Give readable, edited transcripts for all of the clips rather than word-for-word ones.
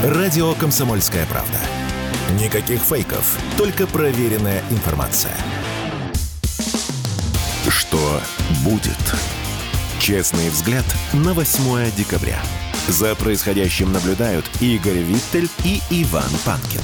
Радио «Комсомольская правда». Никаких фейков, только проверенная информация. Что будет? Честный взгляд на 8 декабря. За происходящим наблюдают Игорь Виттель и Иван Панкин.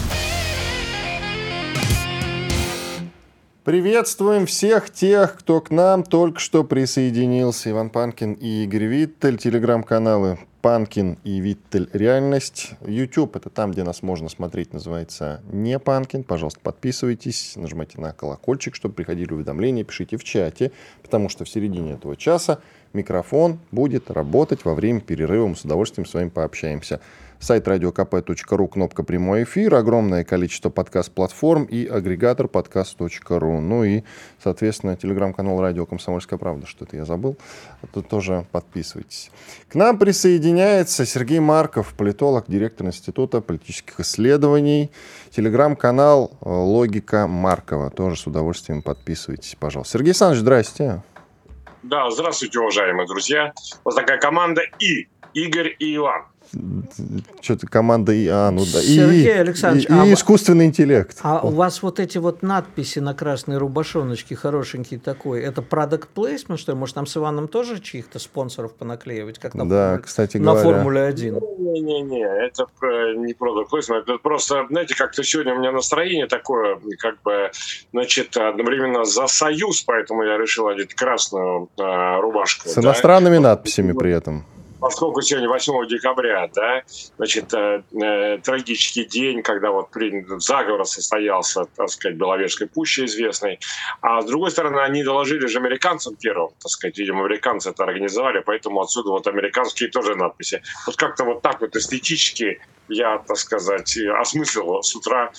Приветствуем всех тех, кто к нам только что присоединился. Иван Панкин и Игорь Виттель. Телеграм-каналы Панкин и Виттель «Реальность». YouTube — это там, где нас можно смотреть, называется «Не Панкин». Пожалуйста, подписывайтесь, нажимайте на колокольчик, чтобы приходили уведомления, пишите в чате, потому что в середине этого часа микрофон будет работать во время перерыва. Мы с удовольствием с вами пообщаемся. Сайт radiokp.ru, кнопка «Прямой эфир», огромное количество подкаст-платформ и агрегатор podcast.ru. Ну и, соответственно, телеграм-канал «Радио Комсомольская правда». Что-то я забыл. Тут тоже подписывайтесь. К нам присоединяется Сергей Марков, политолог, директор Института политических исследований. Телеграм-канал «Логика Маркова». Тоже с удовольствием подписывайтесь, пожалуйста. Сергей Александрович, здрасте. Да, здравствуйте, уважаемые друзья. Вот такая команда Игорь и Иван. Что-то команда Сергей Александрович, и искусственный интеллект. А у вас вот эти вот надписи на красной рубашоночке, хорошенький такой, это product placement, что ли? Может, нам с Иваном тоже чьих-то спонсоров понаклеивать, как на, кстати на говоря. Формуле-1? Не, это не product placement, это просто, знаете, как-то сегодня у меня настроение такое, как бы, значит, одновременно за Союз, поэтому я решил одеть красную рубашку. С иностранными надписями при этом. Поскольку сегодня 8 декабря, да, значит, трагический день, когда вот заговор состоялся, так сказать, Беловежской пуще известной. А с другой стороны, они доложили же американцам первым, так сказать, видимо, американцы это организовали, поэтому отсюда вот американские тоже надписи. Вот как-то вот так вот эстетически я, так сказать, осмыслил с утра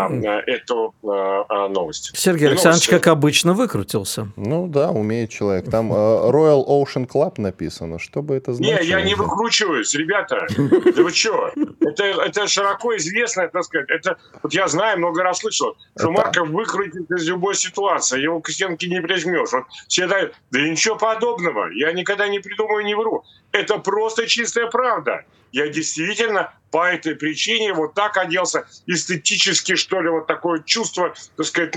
эту новость. Сергей Александрович, как обычно, выкрутился. Ну да, умеет человек. Там Royal Ocean Club написано. Что бы это значило? Не, я не выкручиваюсь, ребята. Да вы что? Это широко известно, так сказать. Это, вот я знаю, много раз слышал, что Марков выкрутит из любой ситуации. Его к стенке не прижмешь. Вот все дают. Да ничего подобного. Я никогда не придумаю, не вру. Это просто чистая правда. Я действительно по этой причине вот так оделся эстетически, что ли, вот такое чувство, так сказать,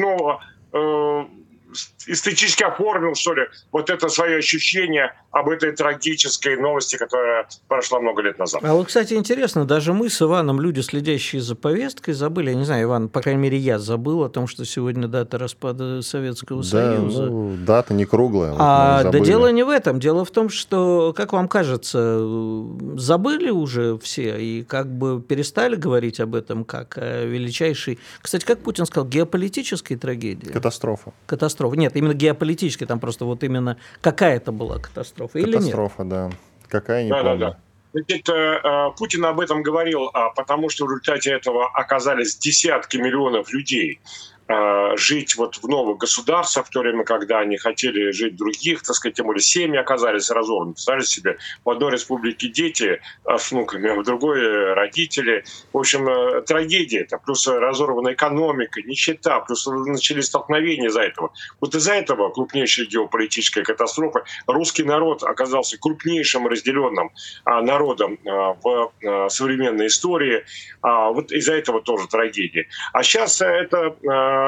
эстетически оформил, что ли, вот это свое ощущение об этой трагической новости, которая прошла много лет назад. А вот, кстати, интересно, даже мы с Иваном, люди, следящие за повесткой, забыли, я не знаю, Иван, по крайней мере, я забыл о том, что сегодня дата распада Советского Союза. Ну, дата не круглая. Да дело не в этом. Дело в том, что, как вам кажется, забыли уже все и как бы перестали говорить об этом как о величайшей, кстати, как Путин сказал, геополитической трагедии. Катастрофа. Нет, именно геополитической, там просто вот именно какая-то была катастрофа или нет? Катастрофа, да. Какая, не помню. Да. Значит, Путин об этом говорил, потому что в результате этого оказались десятки миллионов людей жить вот в новых государствах, в то время, когда они хотели жить в других, так сказать, тем более семьи оказались разорваны. Представляете себе, в одной республике дети с внуками, а в другой родители. В общем, трагедия это, плюс разорванная экономика, нищета, плюс начались столкновения из-за этого. Вот из-за этого крупнейшая геополитическая катастрофа. Русский народ оказался крупнейшим разделенным народом в современной истории. Вот из-за этого тоже трагедия. А сейчас это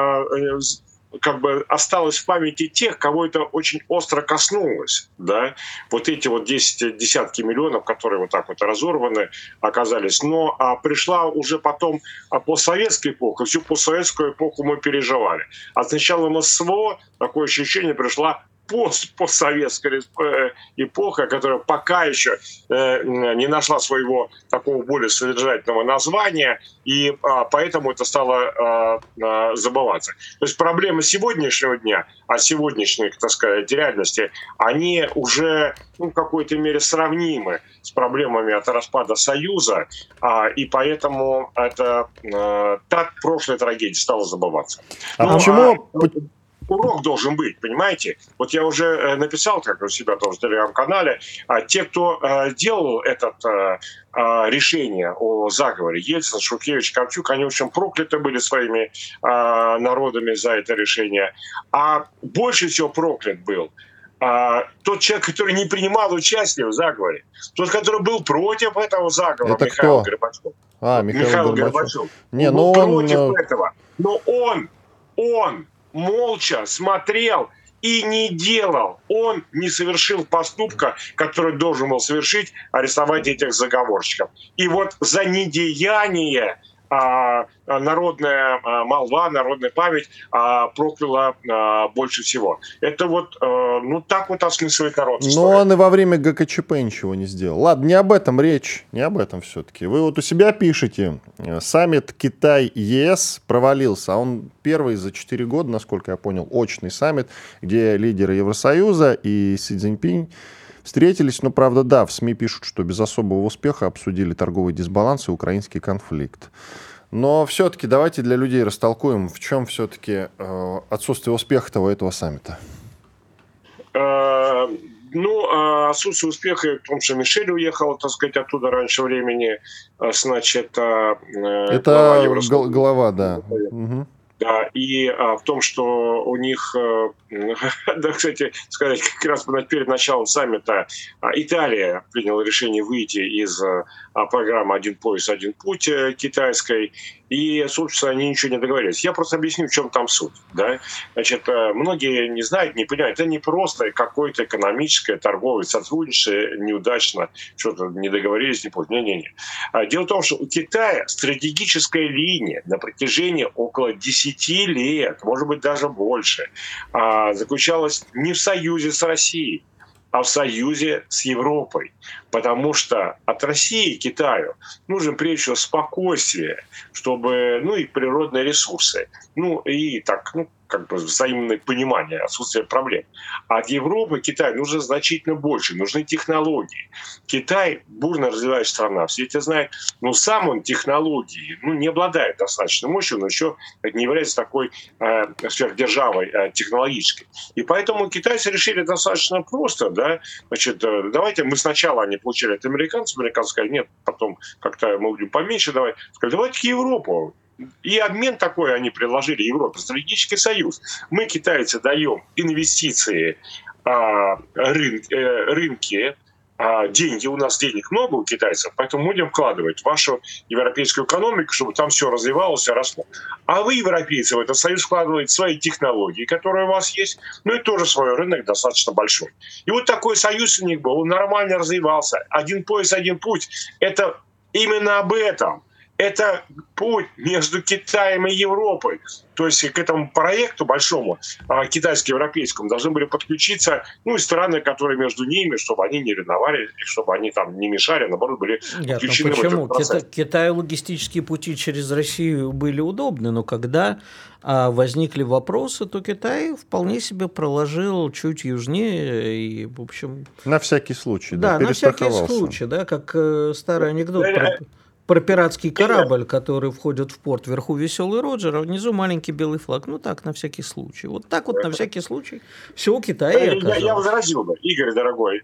как бы осталось в памяти тех, кого это очень остро коснулось. Да? Вот эти вот десятки миллионов, которые вот так вот разорваны, оказались. Но пришла уже потом постсоветская эпоха. Всю постсоветскую эпоху мы переживали. А с началом СВО такое ощущение пришла постсоветская эпоха, которая пока еще не нашла своего такого более содержательного названия, и поэтому это стало забываться. То есть проблемы сегодняшнего дня, сегодняшней, так сказать, реальности, они уже в какой-то мере сравнимы с проблемами от распада Союза, и поэтому это так прошлая трагедия стала забываться. Почему... Урок должен быть, понимаете? Вот я уже написал, как у себя тоже в телеграм-канале, те, кто делал это решение о заговоре, Ельцин, Шухевич, Ковчук, они, в общем, прокляты были своими народами за это решение. А больше всего проклят был тот человек, который не принимал участие в заговоре, тот, который был против этого заговора, это Михаил кто? Горбачев. Михаил Горбачев. Не, но против этого. Но он молча смотрел и не делал. Он не совершил поступка, который должен был совершить, арестовать этих заговорщиков. И вот за недеяние народная молва, народная память прокляла больше всего. Это вот, так вот осмысливает народ. Но он и во время ГКЧП ничего не сделал. Ладно, не об этом речь, не об этом все-таки. Вы вот у себя пишете, саммит Китай-ЕС провалился, а он первый за 4 года, насколько я понял, очный саммит, где лидеры Евросоюза и Си Цзиньпинь встретились, но, правда, да, в СМИ пишут, что без особого успеха обсудили торговый дисбаланс и украинский конфликт. Но все-таки давайте для людей растолкуем, в чем все-таки отсутствие успеха у этого саммита. Отсутствие успеха в том, что Мишель уехал, так сказать, оттуда раньше времени. Значит, это глава, да. Угу. Да, и в том, что у них, да, кстати, сказать, как раз перед началом саммита Италия приняла решение выйти из программы «Один пояс, один путь» китайской, и, собственно, они ничего не договорились. Я просто объясню, в чем там суть. Да? Значит, многие не знают, не понимают, это не просто какое-то экономическое, торговое сотрудничество неудачно, что-то не договорились, не поняли. Не. Дело в том, что у Китая стратегическая линия на протяжении около 10 лет, может быть, даже больше, заключалась не в союзе с Россией, а в союзе с Европой. Потому что от России и Китаю нужно прежде всего спокойствие, чтобы, и природные ресурсы, и так, взаимное понимание, отсутствие проблем. А от Европы Китаю нужно значительно больше, нужны технологии. Китай бурно развивающаяся страна, все это знают, но сам он технологии, не обладает достаточно мощью, но еще не является такой сверхдержавой технологической. И поэтому китайцы решили достаточно просто, да, значит, давайте мы сначала они получили от американцев сказали, нет, потом как-то мы будем поменьше давать. Сказали, давайте Европу. И обмен такой они предложили Европе, стратегический союз. Мы, китайцы, даем инвестиции, рынки, деньги, у нас денег много у китайцев, поэтому мы будем вкладывать в вашу европейскую экономику, чтобы там все развивалось и росло. А вы, европейцы, в этот союз вкладываете свои технологии, которые у вас есть, и тоже свой рынок достаточно большой. И вот такой союз у них был, он нормально развивался. Один пояс, один путь. Это именно об этом. Это путь между Китаем и Европой. То есть к этому проекту большому, китайско-европейскому, должны были подключиться и страны, которые между ними, чтобы они не ревновали, и чтобы они там не мешали, наоборот, были включены в этот процесс. Китаю логистические пути через Россию были удобны, но когда возникли вопросы, то Китай вполне себе проложил чуть южнее и, в общем... На всякий случай, да, на всякий случай, да, как старый анекдот про пиратский корабль, который входит в порт. Вверху веселый Роджер, а внизу маленький белый флаг. Так, на всякий случай. Вот так вот на всякий случай все у Китая и оказалось. Я возразил бы, Игорь, дорогой,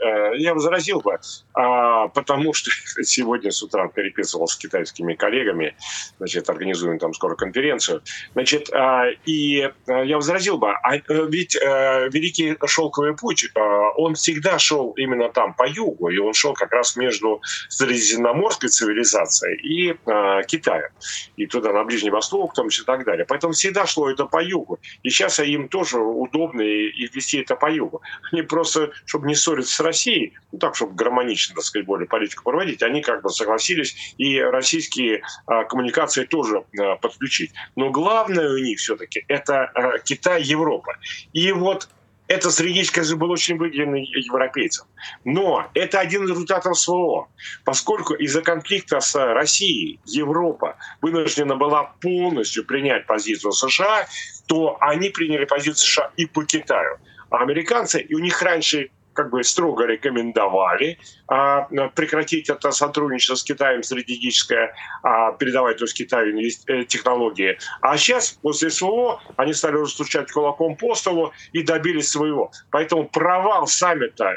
потому что сегодня с утра переписывался с китайскими коллегами, значит, организуем там скоро конференцию, значит, и я возразил бы, ведь Великий Шелковый путь, он всегда шел именно там по югу, и он шел как раз между средиземноморской цивилизацией и Китая, и туда на Ближний Восток, там и так далее. Поэтому всегда шло это по югу. И сейчас им тоже удобно и вести это по югу. Они просто, чтобы не ссориться с Россией, так, чтобы гармонично, так сказать, более политику проводить, они как бы согласились и российские коммуникации тоже подключить. Но главное у них все-таки это Китай, Европа. И вот это стратегическое же было очень выгодно европейцам. Но это один из результатов СВО. Поскольку из-за конфликта с Россией Европа вынуждена была полностью принять позицию США, то они приняли позицию США и по Китаю. А американцы, и у них раньше как бы строго рекомендовали прекратить это сотрудничество с Китаем стратегическое, передавать то есть Китаю технологии. А сейчас, после СВО, они стали уже стучать кулаком по столу и добились своего. Поэтому провал саммита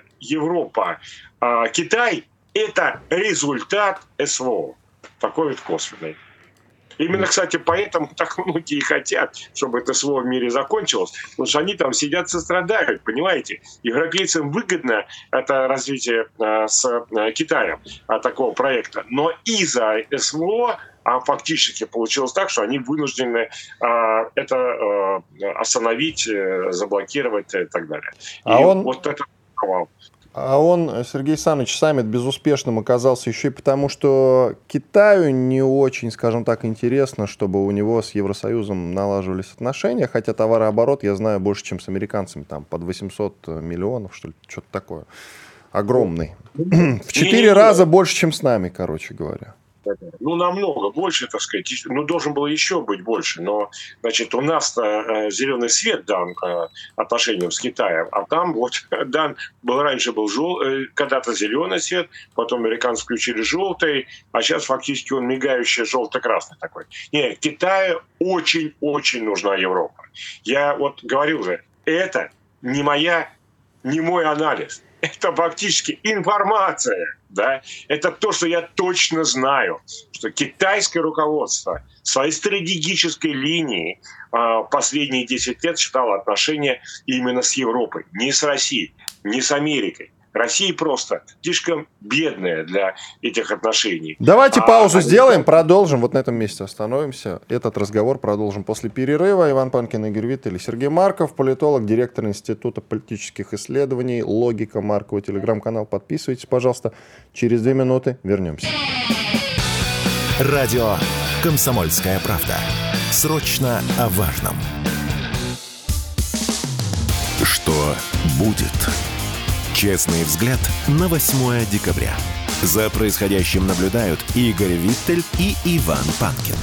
Европа-Китай – это результат СВО. Такой вот косвенный. Именно, кстати, поэтому так многие хотят, чтобы это СВО в мире закончилось, потому что они там сидят, сострадают, понимаете? Европейцам выгодно это развитие с Китаем такого проекта, но из-за СВО фактически получилось так, что они вынуждены это остановить, заблокировать и так далее. Вот это провал. А он, Сергей Александрович, саммит безуспешным оказался еще и потому, что Китаю не очень, скажем так, интересно, чтобы у него с Евросоюзом налаживались отношения, хотя товарооборот, я знаю, больше, чем с американцами, там под 800 миллионов, что ли, что-то такое. Огромный. В 4 раза больше, чем с нами, короче говоря. Ну, намного больше, так сказать. Ну, должен был еще быть больше. Но, значит, у нас зеленый свет дан отношениям с Китаем, а там вот дан был раньше был когда-то зеленый свет, потом американцы включили желтый, а сейчас фактически он мигающий желто-красный такой. Нет, Китаю очень-очень нужна Европа. Я вот говорил же, это не мой анализ. Это фактически информация, да? Это то, что я точно знаю, что китайское руководство своей стратегической линии последние 10 лет считало отношения именно с Европой, не с Россией, не с Америкой. Россия просто слишком бедная для этих отношений. Давайте паузу сделаем, продолжим. Вот на этом месте остановимся. Этот разговор продолжим после перерыва. Иван Панкин, Игорь Виттель и Сергей Марков, политолог, директор Института политических исследований «Логика Маркова», телеграм-канал. Подписывайтесь, пожалуйста. Через 2 минуты вернемся. Радио «Комсомольская правда». Срочно о важном. Что будет? Честный взгляд на 8 декабря. За происходящим наблюдают Игорь Виттель и Иван Панкин.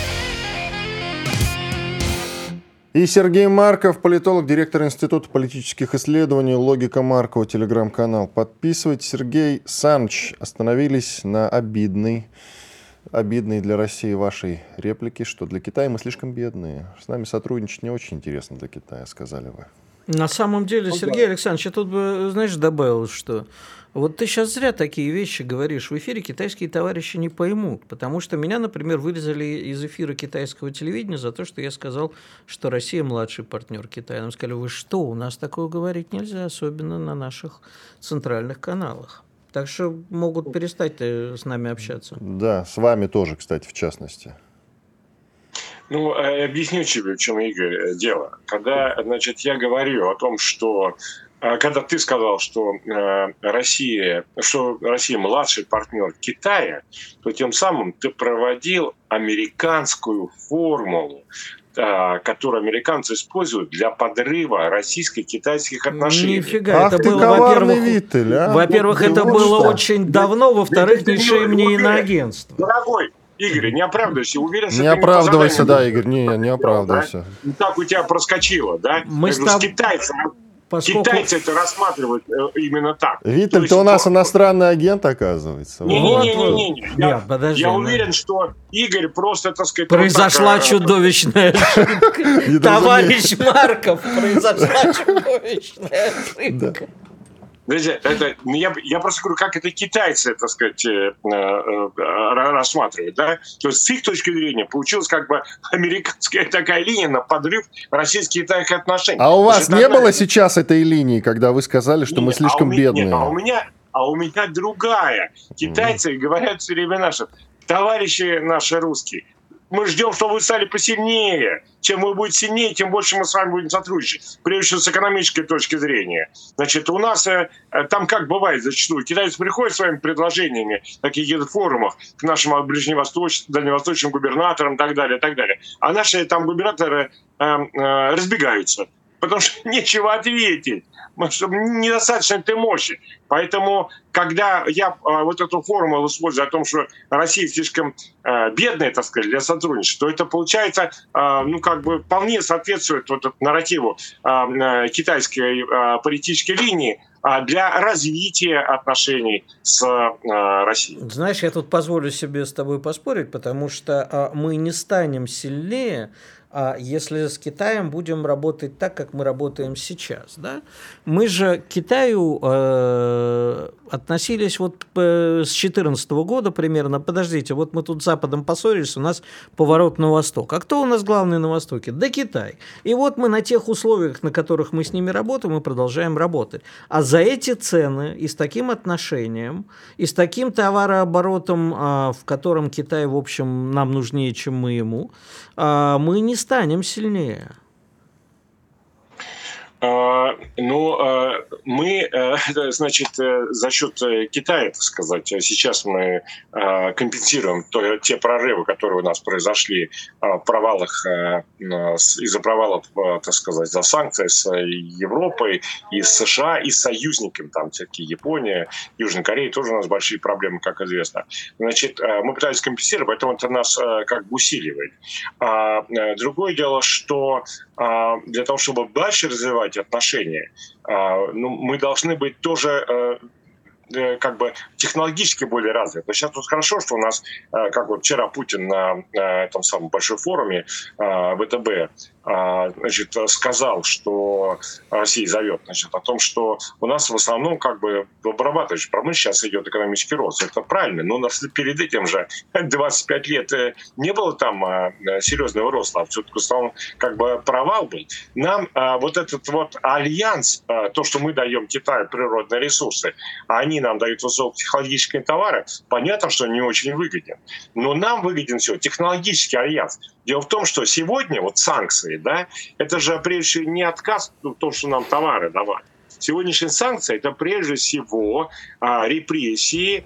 И Сергей Марков, политолог, директор Института политических исследований «Логика Маркова», телеграм-канал. Подписывайтесь. Сергей Александрович, остановились на обидной для России вашей реплике, что для Китая мы слишком бедные. С нами сотрудничать не очень интересно для Китая, сказали вы. На самом деле, Сергей Александрович, я тут бы, знаешь, добавил, что вот ты сейчас зря такие вещи говоришь. В эфире китайские товарищи не поймут, потому что меня, например, вырезали из эфира китайского телевидения за то, что я сказал, что Россия младший партнер Китая. Нам сказали, вы что, у нас такое говорить нельзя, особенно на наших центральных каналах. Так что могут перестать с нами общаться. Да, с вами тоже, кстати, в частности. Ну, объясню тебе, в чем, Игорь, дело. Когда, значит, я говорю о том, что когда ты сказал, что Россия младший партнер Китая, то тем самым ты проводил американскую формулу, которую американцы используют для подрыва российско-китайских отношений. Нифига, это было, во-первых, это было очень давно, во-вторых, не шеймни иноагентство. Дорогой Игорь, не оправдывайся, уверен, что не оправдывайся, да, Игорь, не оправдывайся. Да? Так у тебя проскочило, да? Китайцы это рассматривают именно так. Виттель, ты у нас иностранный агент, оказывается. Не-не-не. Я уверен, что Игорь просто, так сказать... Произошла чудовищная ошибка. Товарищ Марков, произошла чудовищная ошибка. Я просто говорю, как это китайцы, так сказать, рассматривают, да? То есть с их точки зрения получилась как бы американская такая линия на подрыв российско-китайских отношений. А у вас не было сейчас этой линии, когда вы сказали, что мы слишком бедные? Нет, а у меня другая. Китайцы говорят все время наши, товарищи наши русские, мы ждем, чтобы вы стали посильнее. Чем вы будете сильнее, тем больше мы с вами будем сотрудничать. Прежде всего, с экономической точки зрения. Значит, у нас там как бывает зачастую. Китайцы приходят своими предложениями на каких-то форумах к нашим дальневосточным губернаторам и так далее, и так далее. А наши там губернаторы разбегаются. Потому что нечего ответить. Чтобы недостаточно этой мощи. Поэтому, когда я вот эту формулу использую о том, что Россия слишком бедная, так сказать, для сотрудничества, то это получается, вполне соответствует вот этому нарративу китайской политической линии для развития отношений с Россией. Знаешь, я тут позволю себе с тобой поспорить, потому что мы не станем сильнее, если с Китаем будем работать так, как мы работаем сейчас, да? Мы же к Китаю относились вот с 2014 года примерно. Подождите, вот мы тут с Западом поссорились, у нас поворот на восток. А кто у нас главный на востоке? Да Китай. И вот мы на тех условиях, на которых мы с ними работаем, мы продолжаем работать. А за эти цены и с таким отношением, и с таким товарооборотом, в котором Китай, в общем, нам нужнее, чем мы ему, мы не станем сильнее. Мы, значит, за счет Китая, так сказать, сейчас мы компенсируем те прорывы, которые у нас произошли в провалах, из-за провалов, так сказать, за санкции с Европой, и с США, и с союзниками, там всякие Япония, Южная Корея, тоже у нас большие проблемы, как известно. Значит, мы пытались компенсировать, поэтому это нас как бы усиливает. Другое дело, что для того, чтобы дальше развивать отношения, мы должны быть тоже как бы технологически более развиты. Сейчас тут хорошо, что у нас, как вот вчера Путин на этом самом большом форуме ВТБ, значит, сказал, что Россия зовет, значит, о том, что у нас в основном как бы в обрабатывающей промышленности сейчас идет экономический рост. Это правильно, но перед этим же 25 лет не было там серьезного роста, а все-таки в основном как бы провал был. Нам вот этот вот альянс, то, что мы даем Китаю природные ресурсы, а они нам дают высокотехнологические товары, понятно, что не очень выгоден. Но нам выгоден все технологический альянс. Дело в том, что сегодня вот санкции, да, это же прежде всего не отказ в том, что нам товары давали. Сегодняшние санкции – это прежде всего репрессии,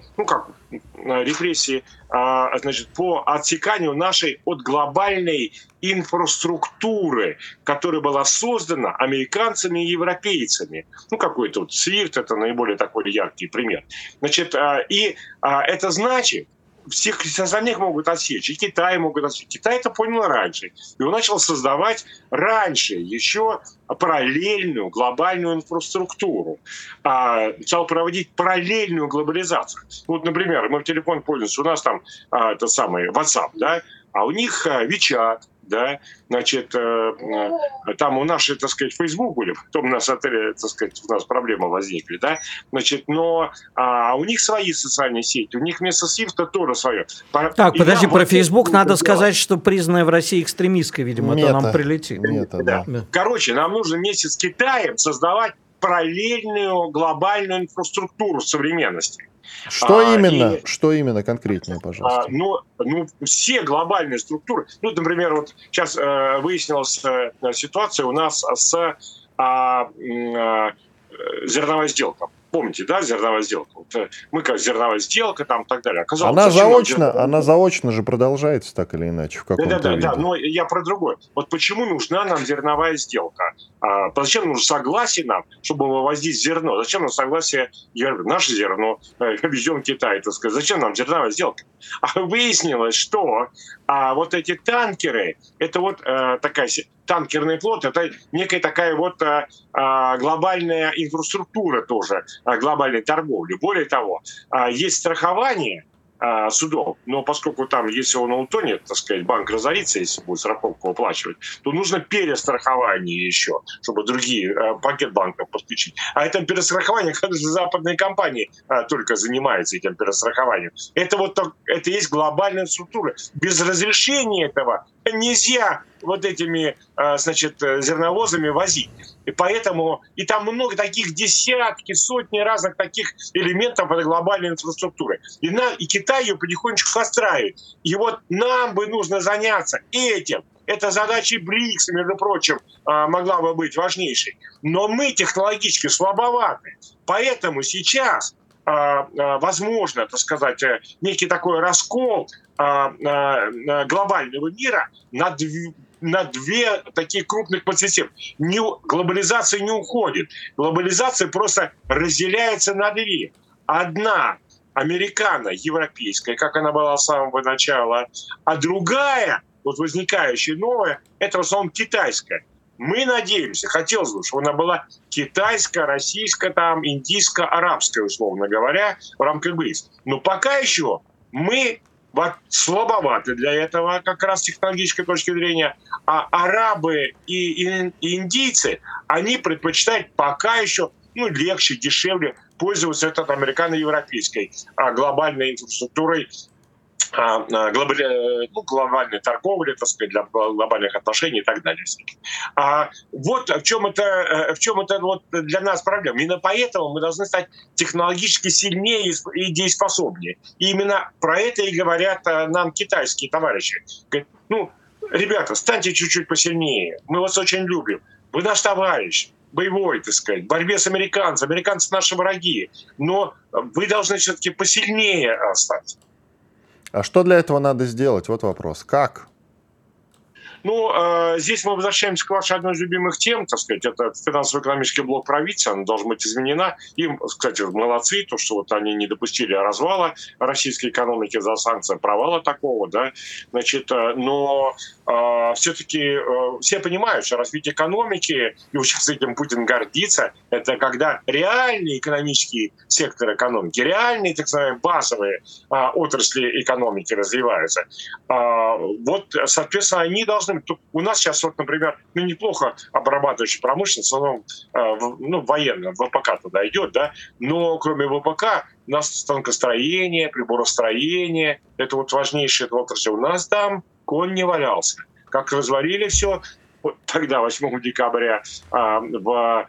значит, по отсеканию нашей от глобальной инфраструктуры, которая была создана американцами и европейцами. Какой-то вот SWIFT – это наиболее такой яркий пример. Значит, это значит, всех остальных могут отсечь, и Китай могут отсечь. Китай это понял раньше. И он начал создавать раньше еще параллельную глобальную инфраструктуру. Начал проводить параллельную глобализацию. Вот, например, мы в телефон пользуемся, у нас там это самый WhatsApp, да, а у них WeChat, да, значит, там у нас, так сказать, Facebook были, потом у нас, так сказать, у нас проблемы возникли, да, значит, но у них свои социальные сети, у них вместо SWIFT тоже свое. Так, подожди, про Facebook надо сказать, что признанная в России экстремистской, видимо, то нам прилетит. Да. Короче, нам нужно вместе с Китаем создавать параллельную глобальную инфраструктуру современности. Что именно? Что именно конкретнее, пожалуйста? Все глобальные структуры. Например, вот сейчас выяснилась ситуация у нас с зерновой сделкой. Помните, да, зерновая сделка? Вот мы как зерновая сделка, там и так далее. Оказалось, она заочно же продолжается так или иначе в каком-то виде. Да, но я про другое. Вот почему нужна нам зерновая сделка? Зачем нужно согласие нам, чтобы вывозить зерно? Зачем нам согласие, наше зерно везем в Китай, так сказать? Зачем нам зерновая сделка? Выяснилось, что вот эти танкеры, это вот такая танкерный флот, это некая такая вот глобальная инфраструктура тоже, глобальной торговли. Более того, есть страхование судов, но поскольку там, если он утонет, так сказать, банк разорится, если будет страховку выплачивать, то нужно перестрахование еще, чтобы другие пакет банков подключить. А это перестрахование, конечно, западные компании только занимаются этим перестрахованием. Это есть глобальная структура. Без разрешения этого нельзя вот этими, значит, зерновозами возить. И поэтому, и там много таких десятки, сотни разных таких элементов этой глобальной инфраструктуры. И Китай ее потихонечку отстраивает. И вот нам бы нужно заняться этим. Эта задача БРИКС, между прочим, могла бы быть важнейшей. Но мы технологически слабоваты. Поэтому сейчас возможно, так сказать, некий такой раскол глобального мира на две таких крупных подсистемы. Глобализация не уходит. Глобализация просто разделяется на две. Одна американо-европейская, как она была с самого начала, а другая, вот возникающая новая, это в основном китайская. Мы надеемся, хотелось бы, чтобы она была китайская, российская, там, индийско-арабская, условно говоря, в рамках БРИКС. Но пока еще мы слабоваты для этого как раз с технологической точки зрения. А арабы и индийцы, они предпочитают пока еще легче, дешевле пользоваться этой американо-европейской глобальной инфраструктурой, глобальной торговли, так сказать, для глобальных отношений и так далее. Вот в чем это вот для нас проблема. Именно поэтому мы должны стать технологически сильнее и дееспособнее. И именно про это и говорят нам китайские товарищи. Говорят, ребята, станьте чуть-чуть посильнее. Мы вас очень любим. Вы наш товарищ боевой, так сказать, в борьбе с американцами. Американцы наши враги. Но вы должны все-таки посильнее стать. А что для этого надо сделать? Вот вопрос. Как? Здесь мы возвращаемся к вашей одной из любимых тем, так сказать, это финансово-экономический блок правительства, она должна быть изменена. Им, кстати, молодцы, то, что вот они не допустили развала российской экономики за санкции, провала такого, да, значит, но все-таки все понимают, что развитие экономики, и очень с этим Путин гордится, это когда реальный экономический сектор экономики, реальные, так сказать, базовые отрасли экономики развиваются. Вот, соответственно, они должны... У нас сейчас, вот, например, неплохо обрабатывающая промышленность, военная, ВПК туда идет, да, но кроме ВПК у нас станкостроение, приборостроение, это вот важнейшие отрасли. У нас там конь не валялся. Как развалили все, вот тогда, 8 декабря, в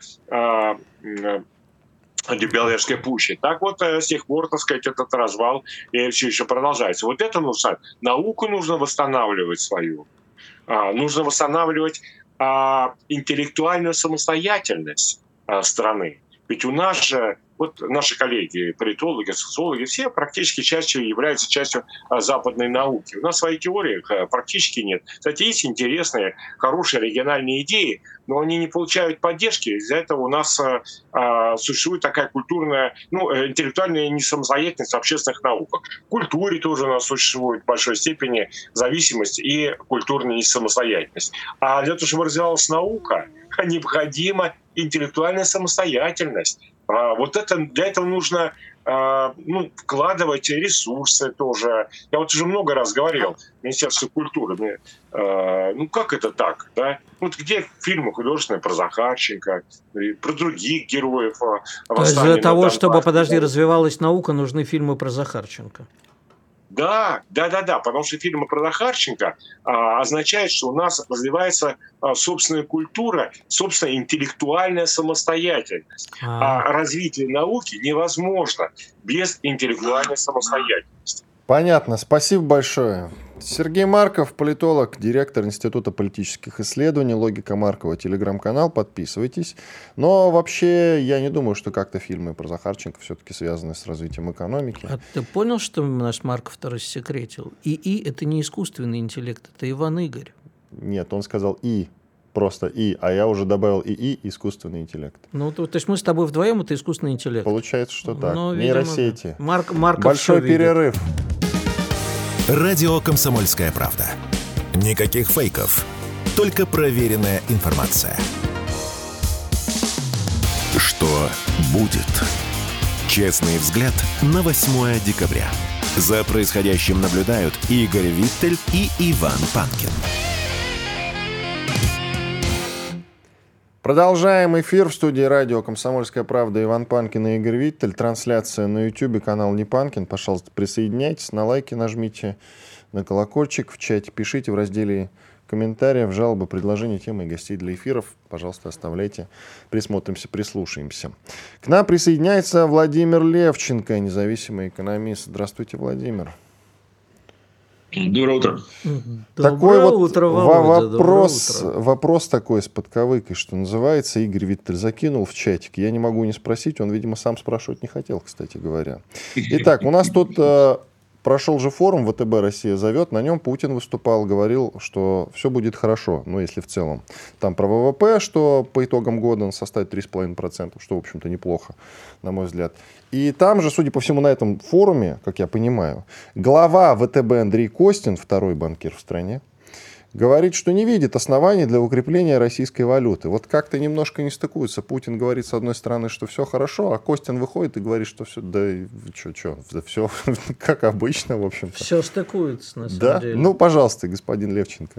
Беловежской пуще. Так вот, с тех пор, так сказать, этот развал все еще продолжается. Вот это нужно. Науку нужно восстанавливать свою. Нужно восстанавливать интеллектуальную самостоятельность страны. Ведь у нас же, вот наши коллеги, политологи, социологи, все практически являются частью западной науки. У нас своей теории практически нет. Кстати, есть интересные, хорошие региональные идеи, но они не получают поддержки. Из-за этого у нас существует такая культурная, интеллектуальная несамостоятельность в общественных науках. В культуре тоже у нас существует в большой степени зависимость и культурная несамостоятельность. А для того, чтобы развивалась наука, необходима интеллектуальная самостоятельность. Вот для этого нужно вкладывать ресурсы тоже. Я вот уже много раз говорил, Министерство культуры, как это так, да? Вот где фильмы художественные про Захарченко, про других героев? То есть для того, чтобы, развивалась наука, нужны фильмы про Захарченко. Да, потому что фильмы про Захарченко означают, что у нас развивается собственная культура, собственная интеллектуальная самостоятельность. А развитие науки невозможно без интеллектуальной самостоятельности. Понятно, спасибо большое. Сергей Марков, политолог, директор Института политических исследований, Логика Маркова, телеграм-канал, подписывайтесь. Но вообще я не думаю, что как-то фильмы про Захарченко все-таки связаны с развитием экономики. А ты понял, что наш Марков-то рассекретил? ИИ – это не искусственный интеллект, это Иван Игорь. Нет, он сказал «и». Просто «и», а я уже добавил «и» искусственный интеллект. То есть мы с тобой вдвоем это искусственный интеллект. Получается, что так. Видимо, нейросети. Марков большой перерыв. Радио «Комсомольская правда». Никаких фейков, только проверенная информация. Что будет? Честный взгляд на 8 декабря. За происходящим наблюдают Игорь Виттель и Иван Панкин. Продолжаем эфир. В студии радио «Комсомольская правда» Иван Панкин и Игорь Виттель. Трансляция на YouTube, канал «Не Панкин». Пожалуйста, присоединяйтесь, на лайки нажмите, на колокольчик, в чате пишите в разделе комментариев, жалобы, предложения, темы и гостей для эфиров. Пожалуйста, оставляйте. Присмотримся, прислушаемся. К нам присоединяется Владимир Левченко, независимый экономист. Здравствуйте, Владимир. Доброе утро. Такой Доброе утро, Володя, вопрос такой с подковыкой, что называется. Игорь Виттель закинул в чатик. Я не могу не спросить. Он, видимо, сам спрашивать не хотел, кстати говоря. Итак, у нас тут прошел же форум «ВТБ Россия зовет». На нем Путин выступал, говорил, что все будет хорошо. Если в целом. Там про ВВП, что по итогам года он составит 3,5%, что, в общем-то, неплохо, на мой взгляд. И там же, судя по всему, на этом форуме, как я понимаю, глава ВТБ Андрей Костин, второй банкир в стране, говорит, что не видит оснований для укрепления российской валюты. Вот как-то немножко не стыкуется. Путин говорит, с одной стороны, что все хорошо, а Костин выходит и говорит, что все, да все как обычно, в общем-то. Все стыкуется, на самом деле. Ну, пожалуйста, господин Левченко.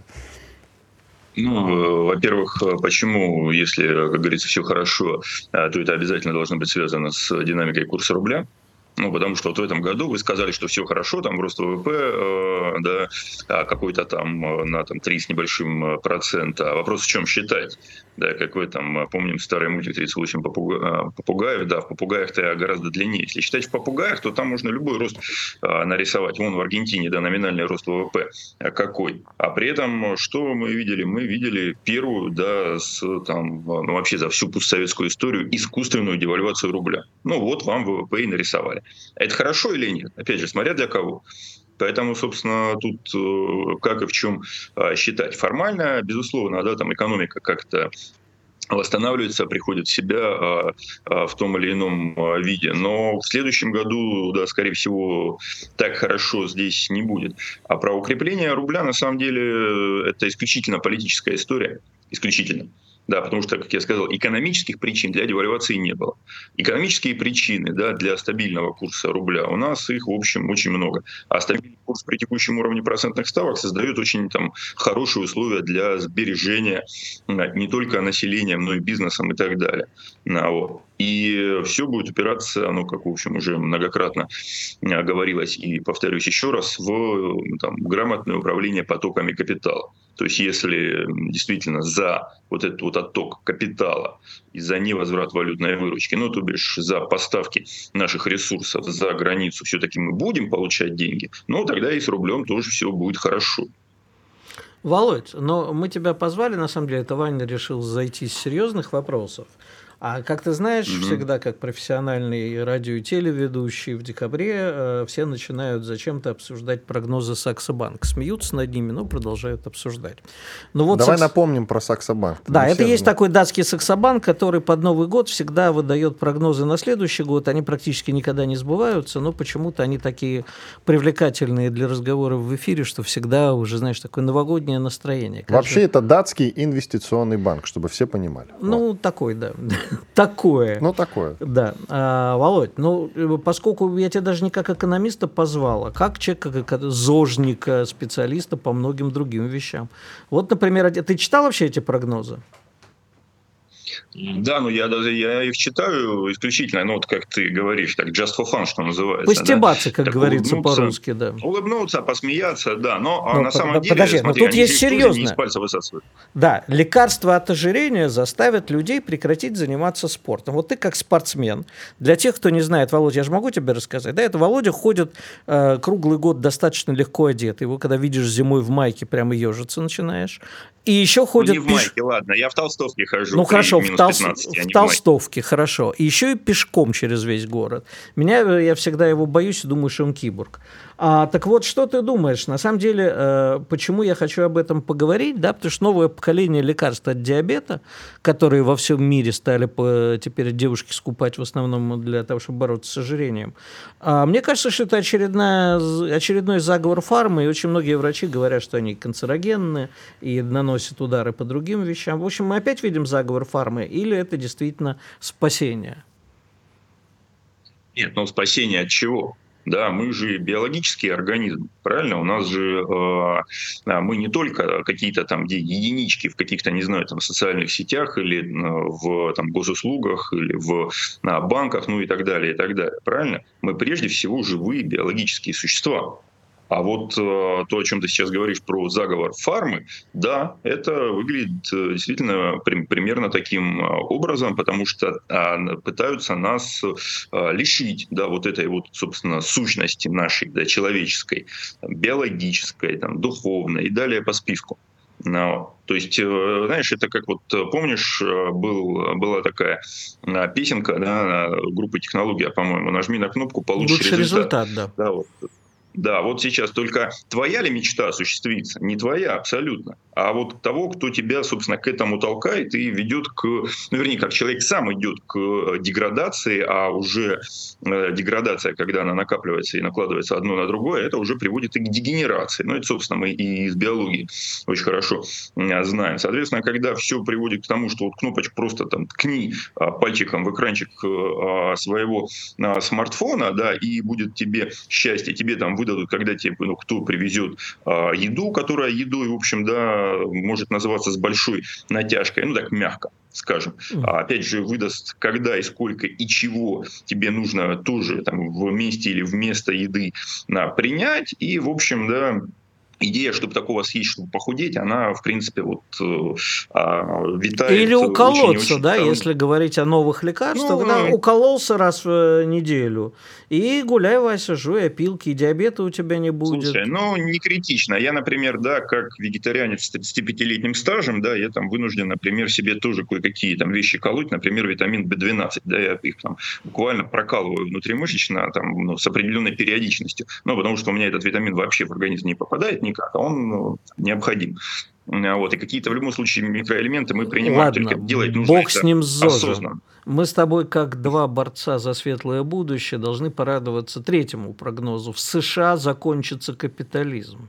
Ну, во-первых, почему, если, как говорится, все хорошо, то это обязательно должно быть связано с динамикой курса рубля? Ну, потому что вот в этом году вы сказали, что все хорошо, там рост ВВП, да, какой-то там на 3 с небольшим процента. А вопрос в чем считать? Да, как вы там помним старый мультик 38 попугаев, да, в попугаях-то гораздо длиннее. Если считать в попугаях, то там можно любой рост нарисовать. Вон в Аргентине, да, номинальный рост ВВП какой. А при этом, что мы видели? Мы видели первую, да, вообще за всю постсоветскую историю искусственную девальвацию рубля. Ну, вот вам ВВП и нарисовали. Это хорошо или нет? Опять же, смотря для кого. Поэтому, собственно, тут как и в чем считать. Формально, безусловно, да, там экономика как-то восстанавливается, приходит в себя в том или ином виде. Но в следующем году, да, скорее всего, так хорошо здесь не будет. А про укрепление рубля, на самом деле, это исключительно политическая история. Исключительно. Да, потому что, как я сказал, экономических причин для девальвации не было. Экономические причины, да, для стабильного курса рубля у нас их, в общем, очень много. А стабильный курс при текущем уровне процентных ставок создает очень хорошие условия для сбережения не только населением, но и бизнесом и так далее. И все будет упираться, как, в общем, уже многократно говорилось, и повторюсь еще раз, в грамотное управление потоками капитала. То есть, если действительно за вот этот вот отток капитала и за невозврат валютной выручки, то бишь за поставки наших ресурсов за границу, все-таки мы будем получать деньги, тогда и с рублем тоже все будет хорошо. Володь, но мы тебя позвали, на самом деле, это Ваня решил зайти с серьезных вопросов. А как ты знаешь, всегда как профессиональный радио- и телеведущий в декабре все начинают зачем-то обсуждать прогнозы Саксо-банка. Смеются над ними, но продолжают обсуждать. Давай напомним про Саксо-банк. Да, это есть такой датский Саксо-банк, который под Новый год всегда выдает прогнозы на следующий год. Они практически никогда не сбываются, но почему-то они такие привлекательные для разговоров в эфире, что всегда уже, знаешь, такое новогоднее настроение. Вообще это датский инвестиционный банк, чтобы все понимали. Такой, да. Такое. Такое. Да. Володь, поскольку я тебя даже не как экономиста позвал, а как человека, как зожника, специалиста по многим другим вещам. Вот, например, ты читал вообще эти прогнозы? Да, я их читаю исключительно, как ты говоришь, так, just for fun, что называется. Постебаться, да? Как так говорится по-русски, да. Улыбнуться, посмеяться, да, но на самом деле, подожди, смотри, тут есть серьезно. Не из пальца высасывают. Да, лекарства от ожирения заставят людей прекратить заниматься спортом. Вот ты как спортсмен, для тех, кто не знает, Володя, я же могу тебе рассказать, да, это Володя ходит круглый год достаточно легко одет, его когда видишь зимой в майке, прямо ежиться начинаешь. И еще ходит... не в майке, ладно, я в толстовке хожу. Хорошо, в толстовке, хорошо. И еще и пешком через весь город. Я всегда его боюсь и думаю, что он киборг. Так вот, что ты думаешь? На самом деле, почему я хочу об этом поговорить? Да, потому что новое поколение лекарств от диабета, которые во всем мире стали теперь девушки скупать в основном для того, чтобы бороться с ожирением. Мне кажется, что это очередной заговор фармы, и очень многие врачи говорят, что они канцерогенны и наносят удары по другим вещам. В общем, мы опять видим заговор фармы, или это действительно спасение? Нет, спасение от чего? Да, мы же биологический организм, правильно? У нас же мы не только какие-то там единички в каких-то, не знаю, там социальных сетях или в госуслугах или в банках, и так далее, правильно? Мы прежде всего живые биологические существа. А вот то, о чем ты сейчас говоришь про заговор фармы, да, это выглядит действительно примерно таким образом, потому что пытаются нас лишить, да, вот этой вот, собственно, сущности нашей, да, человеческой, биологической, духовной и далее по списку. То есть, знаешь, это как помнишь, была такая песенка, да, группы «Технология», по-моему, «Нажми на кнопку, получишь результат», да. Да, вот. Да, вот сейчас только твоя ли мечта осуществится? Не твоя абсолютно. А вот того, кто тебя, собственно, к этому толкает и ведет к... Ну, вернее, как человек сам идет к деградации, а уже деградация, когда она накапливается и накладывается одно на другое, это уже приводит и к дегенерации. Ну, это, собственно, мы и из биологии очень хорошо знаем. Соответственно, когда все приводит к тому, что вот кнопочку просто там ткни пальчиком в экранчик своего смартфона, да, и будет тебе счастье, тебе там выдадут, когда тебе, ну, кто привезет еду, которая едой, в общем, да, может называться с большой натяжкой, ну так мягко скажем. Опять же, выдаст, когда и сколько и чего тебе нужно тоже там вместе или вместо еды принять. И, в общем, да, идея, чтобы такого съесть, чтобы похудеть, она, в принципе, вот витает. Или уколоться, очень, да, там... если говорить о новых лекарствах, да, укололся раз в неделю, и гуляй, Вася, жуй опилки, и диабета у тебя не будет. Слушай, ну, не критично. Я, например, да, как вегетарианец с 35-летним стажем, да, я там вынужден, например, себе тоже кое-какие там вещи колоть, например, витамин B12, да, я их там буквально прокалываю внутримышечно, там, ну, с определенной периодичностью, ну, потому что у меня этот витамин вообще в организм не попадает никак, а он необходим. Вот, и какие-то в любом случае микроэлементы мы принимаем. Ладно, только делать нужно бог с ним с ЗОЖем. осознанно. Мы с тобой, как два борца за светлое будущее, должны порадоваться третьему прогнозу. В США закончится капитализм.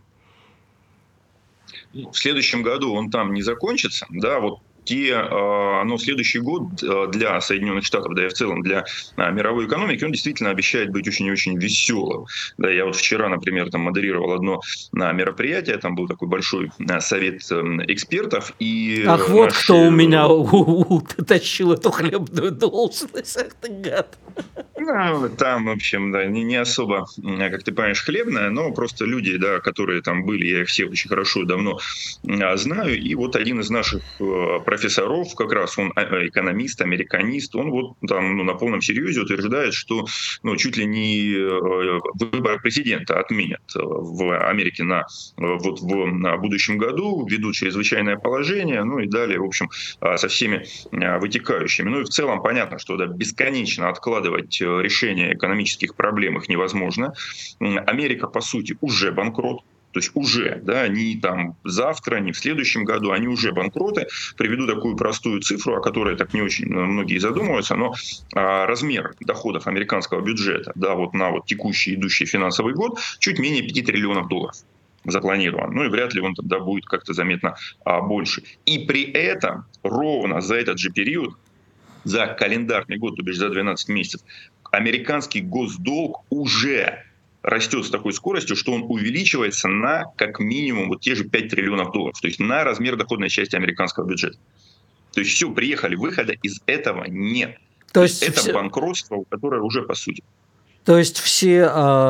В следующем году он там не закончится, да, вот но следующий год для Соединенных Штатов, да и в целом для мировой экономики, он действительно обещает быть очень и очень веселым. Да, я вот вчера, например, там модерировал одно мероприятие, там был такой большой совет экспертов. И ах, вот кто у меня тащил эту хлебную должность, ах ты гад. Ну, там, в общем, да, не особо, как ты понимаешь, хлебная, но просто люди, да, которые там были, я их всех очень хорошо и давно знаю. И вот один из наших профессоров, как раз он экономист, американист, он вот там, ну, на полном серьезе утверждает, что, ну, чуть ли не выборы президента отменят в Америке на будущем году, введут чрезвычайное положение, ну и далее, в общем, со всеми вытекающими. Ну и в целом понятно, что да, бесконечно откладывать решение экономических проблем их невозможно. Америка, по сути, уже банкрот. То есть уже, да, не там завтра, не в следующем году, они уже банкроты. Приведу такую простую цифру, о которой так не очень многие задумываются, но размер доходов американского бюджета, да, вот на вот текущий идущий финансовый год чуть менее 5 триллионов долларов запланирован. Ну и вряд ли он тогда будет как-то заметно больше. И при этом ровно за этот же период, за календарный год, то бишь за 12 месяцев, американский госдолг уже растет с такой скоростью, что он увеличивается на как минимум вот те же 5 триллионов долларов, то есть на размер доходной части американского бюджета. То есть все, приехали, выхода из этого нет. То есть это банкротство, которое уже по сути. То есть все,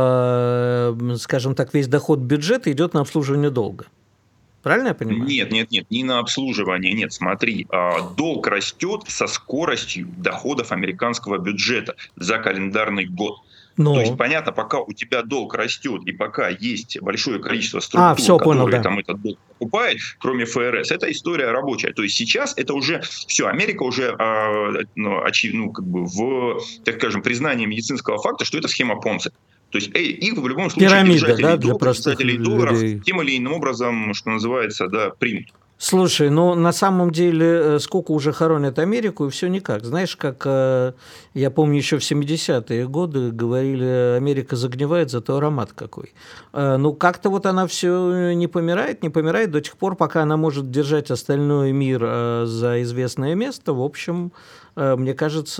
скажем так, весь доход бюджета идет на обслуживание долга. Правильно я понимаю? Нет, не на обслуживание, нет, смотри, долг растет со скоростью доходов американского бюджета за календарный год. То есть, понятно, пока у тебя долг растет и пока есть большое количество структур, которые там этот долг покупают, кроме ФРС, это история рабочая. То есть сейчас это уже все, Америка уже, как бы так скажем, признание медицинского факта, что это схема Понци. То есть их в любом случае держатели долларов тем или иным образом, что называется, да, примут. Слушай, ну на самом деле сколько уже хоронят Америку, и все никак. Знаешь, как я помню, еще в 70-е годы говорили, Америка загнивает, зато аромат какой. Ну как-то вот она все не помирает до тех пор, пока она может держать остальной мир за известное место. В общем, мне кажется,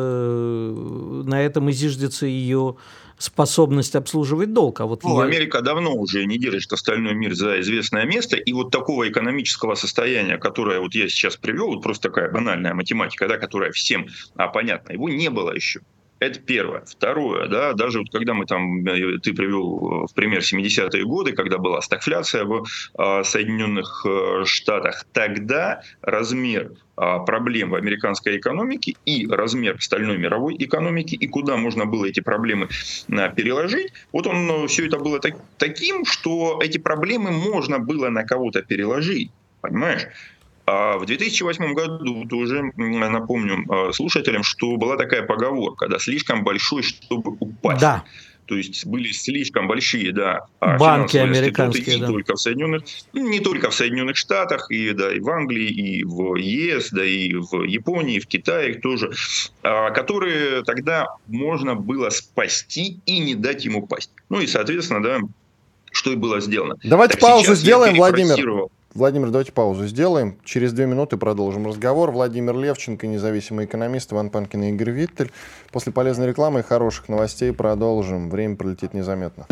на этом и зиждется ее способность обслуживать долг. А вот Америка давно уже не держит остальной мир за известное место, и вот такого экономического состояния, которое вот я сейчас привел, вот просто такая банальная математика, да, которая всем понятна, его не было еще. Это первое. Второе, да, даже вот когда ты привел в пример 70-е годы, когда была стагфляция в Соединенных Штатах, тогда размер проблем в американской экономике и размер остальной мировой экономики, и куда можно было эти проблемы переложить, вот все это было таким, что эти проблемы можно было на кого-то переложить, понимаешь? А в 2008 году, тоже напомню слушателям, что была такая поговорка, да, слишком большой, чтобы упасть. Да. То есть были слишком большие, банки финансовые американские, институты не только в Соединенных Штатах, и в Англии, и в ЕС, и в Японии, и в Китае тоже, которые тогда можно было спасти и не дать ему упасть. Ну и, соответственно, что и было сделано. Давайте паузу сделаем, Владимир. Владимир, давайте паузу сделаем. Через 2 минуты продолжим разговор. Владимир Левченко, независимый экономист, Иван Панкин и Игорь Виттель. После полезной рекламы и хороших новостей продолжим. Время пролетит незаметно.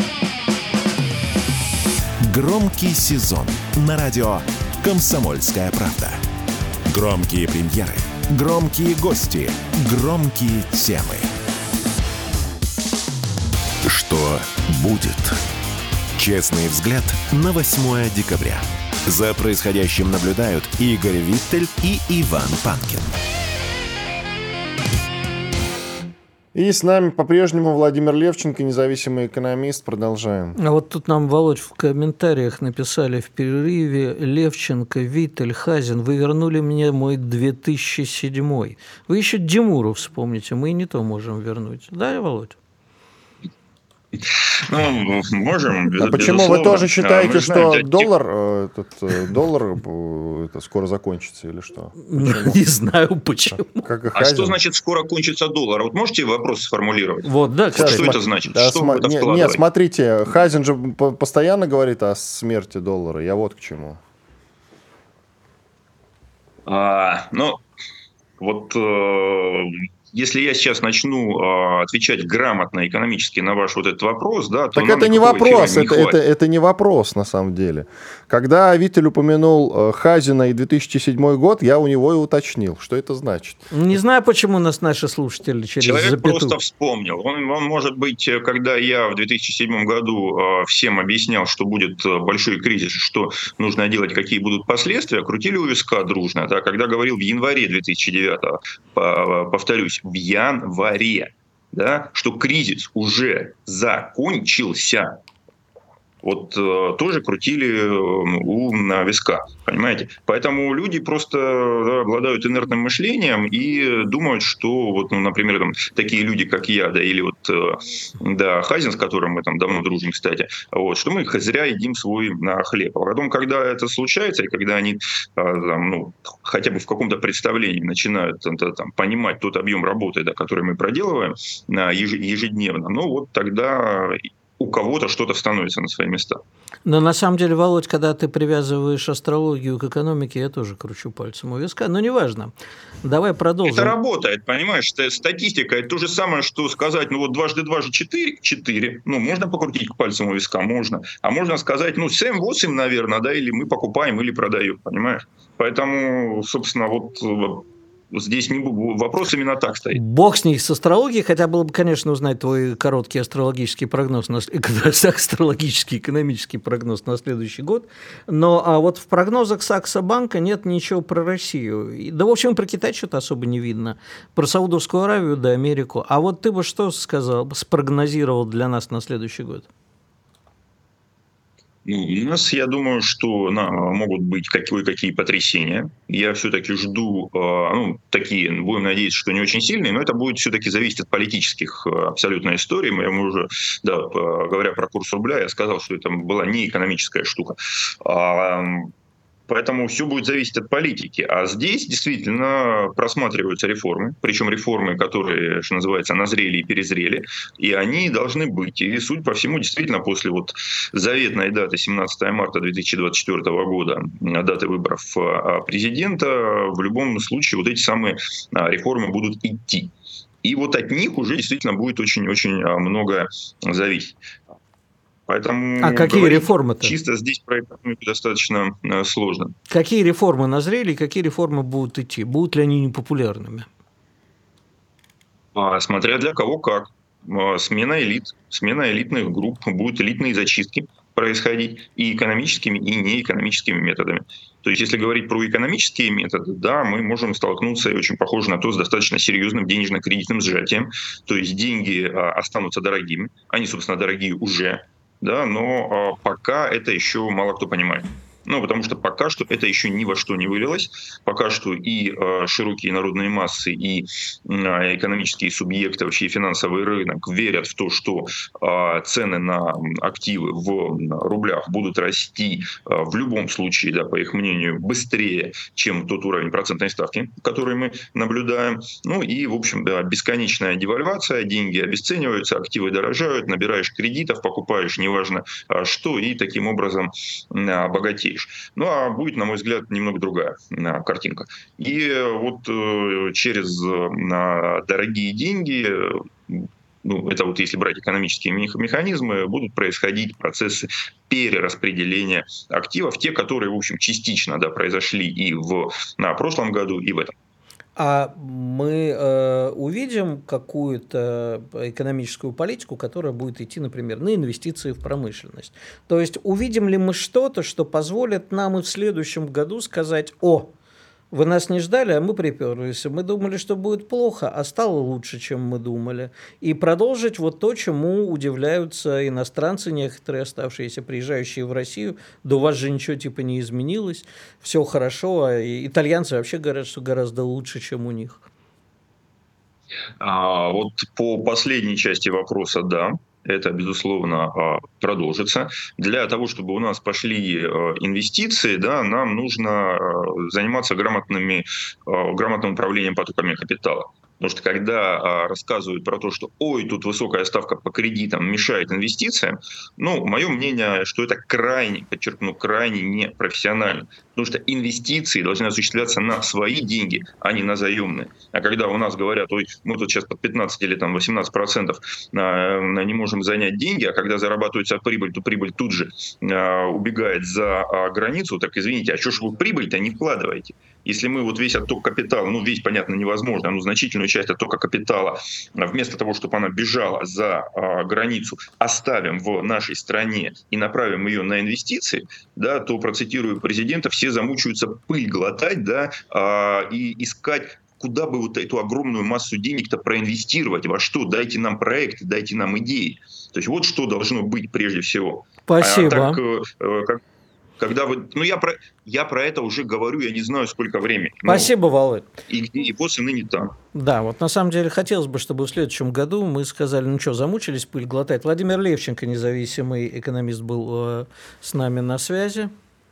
Громкий сезон на радио «Комсомольская правда». Громкие премьеры, громкие гости, громкие темы. Что будет? Честный взгляд на 8 декабря. За происходящим наблюдают Игорь Виттель и Иван Панкин. И с нами по-прежнему Владимир Левченко, независимый экономист. Продолжаем. А вот тут нам, Володь, в комментариях написали в перерыве: Левченко, Виттель, Хазин, вы вернули мне мой 2007. Вы еще Димуру вспомните, мы и не то можем вернуть. Да, Володь? Ну, можем. А почему вы тоже считаете, что доллар это скоро закончится или что? Не знаю почему. А что значит скоро кончится доллар? Вот можете вопрос сформулировать? Вот, да, кстати. Что это значит? Что в это вкладывать? Нет, смотрите, Хазин же постоянно говорит о смерти доллара. Я вот к чему. Если я сейчас начну отвечать грамотно экономически на ваш вот этот вопрос, то так это не вопрос, это не вопрос на самом деле. Когда Виттель упомянул Хазина и 2007 год, я у него и уточнил, что это значит. Не знаю, почему нас наши слушатели через Человек запятую. Просто вспомнил. Он, может быть, когда я в 2007 году всем объяснял, что будет большой кризис, что нужно делать, какие будут последствия, крутили у виска дружно. Когда говорил в январе 2009, повторюсь, в январе, что кризис уже закончился. Вот тоже крутили на виска, понимаете? Поэтому люди просто обладают инертным мышлением и думают, что, например, такие люди, как я, или Хазин, с которым мы давно дружим, кстати, что мы зря едим свой хлеб. А потом, когда это случается, и когда они хотя бы в каком-то представлении начинают понимать тот объем работы, который мы проделываем ежедневно, тогда у кого-то что-то становится на свои места. Но на самом деле, Володь, когда ты привязываешь астрологию к экономике, я тоже кручу пальцем у виска, но неважно. Давай продолжим. Это работает, понимаешь? Статистика – это то же самое, что сказать, 2 × 2 же 4. Можно покрутить пальцем у виска, можно. А можно сказать, 7-8, наверное, или мы покупаем, или продаем, понимаешь? Поэтому, собственно, здесь вопрос именно так стоит. Бог с ней, с астрологией, хотя было бы, конечно, узнать твой короткий астрологический прогноз, астрологический экономический прогноз на следующий год. Но вот в прогнозах Саксо-банка нет ничего про Россию. Да, в общем, про Китай что-то особо не видно. Про Саудовскую Аравию, Америку. А вот ты бы что сказал, спрогнозировал для нас на следующий год? У нас, я думаю, что могут быть кое-какие потрясения. Я все-таки жду, такие, будем надеяться, что не очень сильные, но это будет все-таки зависеть от политических абсолютно историй. Мы уже, говоря про курс рубля, я сказал, что это была не экономическая штука. Поэтому все будет зависеть от политики. А здесь действительно просматриваются реформы, причем реформы, которые, что называется, назрели и перезрели, и они должны быть. И, судя по всему, действительно, после заветной даты 17 марта 2024 года, даты выборов президента, в любом случае эти самые реформы будут идти. И от них уже действительно будет очень-очень много зависеть. Поэтому какие реформы-то? Чисто здесь про экономику достаточно сложно. Какие реформы назрели и какие реформы будут идти? Будут ли они непопулярными? Смотря для кого как. Смена элитных групп, будут элитные зачистки происходить и экономическими, и неэкономическими методами. То есть, если говорить про экономические методы, мы можем столкнуться, и очень похоже на то, с достаточно серьезным денежно-кредитным сжатием. То есть, деньги останутся дорогими. Они, собственно, дорогие уже. Но пока это еще мало кто понимает. Потому что пока что это еще ни во что не вылилось. Пока что и широкие народные массы, и экономические субъекты, вообще финансовый рынок верят в то, что цены на активы в рублях будут расти в любом случае, да, по их мнению, быстрее, чем тот уровень процентной ставки, который мы наблюдаем. И, в общем, да, бесконечная девальвация, деньги обесцениваются, активы дорожают, набираешь кредитов, покупаешь неважно что, и таким образом богатеешь. А будет, на мой взгляд, немного другая картинка. И вот через дорогие деньги, это вот если брать экономические механизмы, будут происходить процессы перераспределения активов, те, которые, в общем, частично, да, произошли и в прошлом году, и в этом. А мы увидим какую-то экономическую политику, которая будет идти, например, на инвестиции в промышленность. То есть увидим ли мы что-то, что позволит нам и в следующем году сказать: о, вы нас не ждали, а мы приперлись. Мы думали, что будет плохо, а стало лучше, чем мы думали. И продолжить вот то, чему удивляются иностранцы, некоторые оставшиеся, приезжающие в Россию. Да у вас же ничего типа не изменилось, все хорошо. А итальянцы вообще говорят, что гораздо лучше, чем у них. Вот по последней части вопроса, да. Это, безусловно, продолжится. Для того, чтобы у нас пошли инвестиции, да, нам нужно заниматься грамотным управлением потоками капитала. Потому что когда рассказывают про то, что ой, тут высокая ставка по кредитам мешает инвестициям, мое мнение, что это крайне, подчеркну, крайне непрофессионально. Потому что инвестиции должны осуществляться на свои деньги, а не на заемные. А когда у нас говорят: ой, мы тут сейчас под 15 или там 18% не можем занять деньги, а когда зарабатывается прибыль, то прибыль тут же убегает за границу, так извините, а что ж вы прибыль-то не вкладываете? Если мы вот весь отток капитала, весь, понятно, невозможно, но значительную часть оттока капитала, вместо того, чтобы она бежала за границу, оставим в нашей стране и направим ее на инвестиции, да, то, процитирую президента, все замучаются пыль глотать, да, и искать, куда бы вот эту огромную массу денег-то проинвестировать, во что, дайте нам проекты, дайте нам идеи. То есть вот что должно быть прежде всего. Спасибо. Когда вы, я про это уже говорю, я не знаю, сколько времени. Спасибо, Володь. И после ныне там. Да, вот на самом деле хотелось бы, чтобы в следующем году мы сказали: замучились пыль глотать. Владимир Левченко, независимый экономист, был с нами на связи.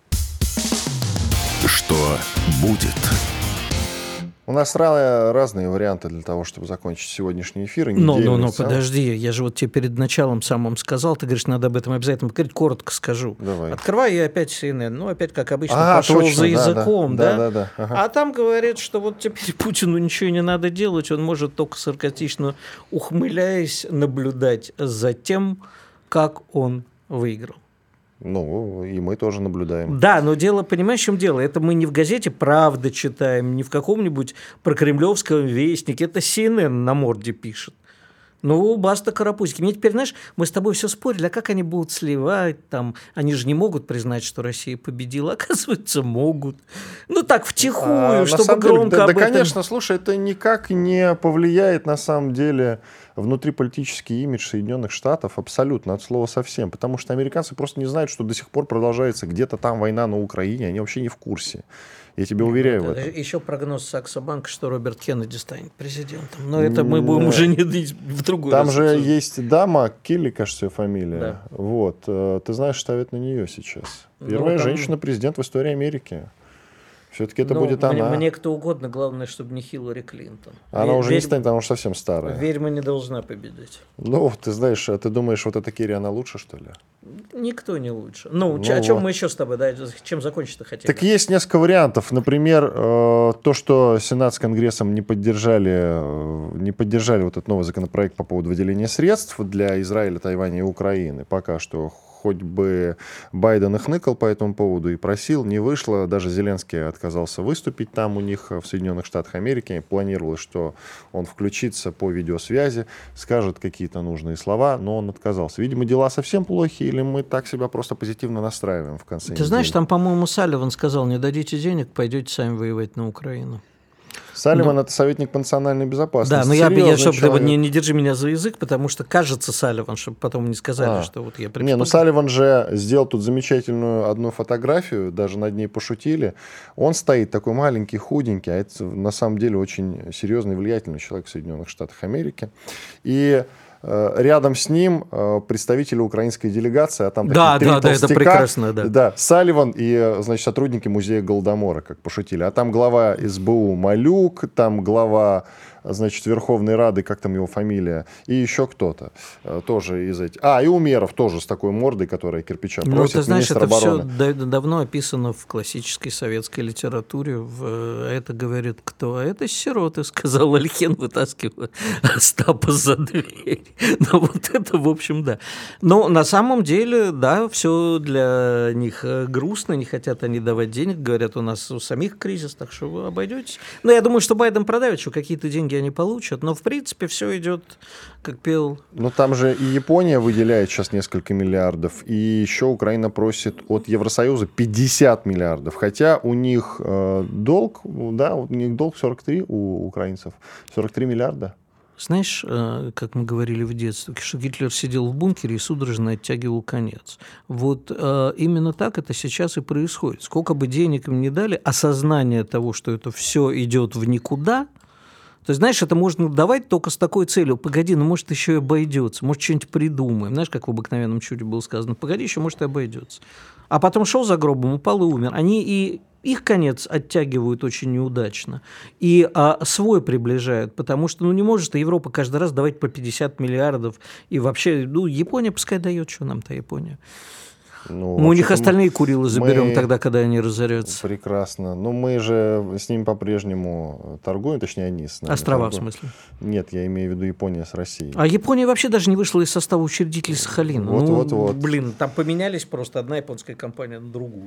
Что будет? У нас разные варианты для того, чтобы закончить сегодняшний эфир. Но подожди, я же вот тебе перед началом самым сказал, ты говоришь, надо об этом обязательно поговорить, коротко скажу. Давай. Открываю я опять CNN, опять, как обычно, пошел точно, за языком, да? Ага. А там говорят, что вот теперь Путину ничего не надо делать, он может только саркастично, ухмыляясь, наблюдать за тем, как он выиграл. И мы тоже наблюдаем. Да, но дело, понимаешь, в чем дело? Это мы не в газете «Правда» читаем, не в каком-нибудь прокремлевском вестнике. Это CNN на морде пишет. Баста карапузики. Мне теперь, знаешь, мы с тобой все спорили, а как они будут сливать там? Они же не могут признать, что Россия победила. Оказывается, могут. Так, втихую, чтобы громко об этом... Да, конечно, слушай, это никак не повлияет на самом деле внутриполитический имидж Соединенных Штатов абсолютно, от слова совсем. Потому что американцы просто не знают, что до сих пор продолжается где-то там война на Украине. Они вообще не в курсе. Я тебе уверяю в этом. Еще прогноз Саксо-банка, что Роберт Кеннеди станет президентом. Но это мы будем уже не в другую. Там же есть дама, Келли, кажется, ее фамилия. Да. Вот. Ты знаешь, ставят на нее сейчас. Первая женщина-президент в истории Америки. Все-таки это будет она. Мне кто угодно, главное, чтобы не Хиллари Клинтон. Она уже не станет, она уже совсем старая. Ведьма не должна победить. Ты знаешь, ты думаешь, вот эта Керри, она лучше, что ли? Никто не лучше. О чем мы еще с тобой, да, чем закончить-то хотели? Так есть несколько вариантов. Например, то, что Сенат с Конгрессом не поддержали вот этот новый законопроект по поводу выделения средств для Израиля, Тайваня и Украины. Пока что хоть бы Байден и хныкал по этому поводу и просил, не вышло. Даже Зеленский отказался выступить там у них в Соединенных Штатах Америки. Планировалось, что он включится по видеосвязи, скажет какие-то нужные слова, но он отказался. Видимо, дела совсем плохи, или мы так себя просто позитивно настраиваем в конце недели. Ты знаешь, там, по-моему, Салливан сказал: не дадите денег, пойдете сами воевать на Украину. Салливан это советник по национальной безопасности. Да, но я чтобы не держи меня за язык, потому что кажется Салливан, чтобы потом не сказали, что вот я припутал. Не, ну Салливан же сделал тут замечательную одну фотографию, даже над ней пошутили. Он стоит такой маленький, худенький, а это на самом деле очень серьезный, влиятельный человек в Соединенных Штатах Америки. И рядом с ним представители украинской делегации, а там такие три толстяка. Это прекрасно, да. Да, Салливан и, значит, сотрудники музея Голодомора, как пошутили. А там глава СБУ Малюк, там глава, значит, Верховной Рады, как там его фамилия, и еще кто-то тоже из этих. И Умеров тоже с такой мордой, которая кирпича просит. Ну, ты знаешь, это обороны. Все давно описано в классической советской литературе. Это говорит кто? Это сироты, сказал Ольхин, вытаскивая Остапа за дверь. Ну, вот это, в общем, да. Но на самом деле, да, все для них грустно, не хотят они давать денег, говорят, у нас у самих кризис, так что вы обойдетесь. Но я думаю, что Байден продавит, что какие-то деньги они получат, но в принципе все идет, как пел. Но там же и Япония выделяет сейчас несколько миллиардов, и еще Украина просит от Евросоюза 50 миллиардов, хотя у них долг, да, у них долг 43 у украинцев, 43 миллиарда. Знаешь, как мы говорили в детстве, что Гитлер сидел в бункере и судорожно оттягивал конец. Вот именно так это сейчас и происходит. Сколько бы денег им ни дали, осознание того, что это все идет в никуда. То есть, знаешь, это можно давать только с такой целью. Погоди, ну, может, еще и обойдется, может, что-нибудь придумаем. Знаешь, как в «Обыкновенном чуде» было сказано, погоди, еще, может, и обойдется. А потом шел за гробом, упал и умер. Они и их конец оттягивают очень неудачно. И свой приближают, потому что, ну, не может Европа каждый раз давать по 50 миллиардов. И вообще, ну, Япония пускай дает, что нам-то Япония. Ну, мы у них остальные Курилы заберем тогда, когда они разорятся. Прекрасно. Но мы же с ними по-прежнему торгуем, точнее, они с нами. Острова, торгуем. в смысле? Нет, я имею в виду Япония с Россией. А Япония вообще даже не вышла из состава учредителей Сахалина. Вот. Блин, там поменялись просто одна японская компания на другую.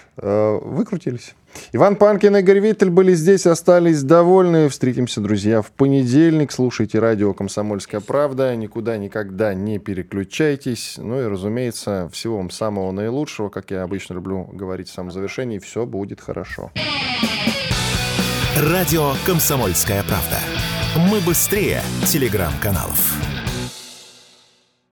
Выкрутились. Иван Панкин и Игорь Виттель были здесь, остались довольны. Встретимся, друзья, в понедельник. Слушайте радио «Комсомольская правда». Никуда никогда не переключайтесь. Ну и, разумеется, всего вам самого наилучшего. Как я обычно люблю говорить в самом завершении, все будет хорошо. Радио «Комсомольская правда». Мы быстрее телеграм-каналов.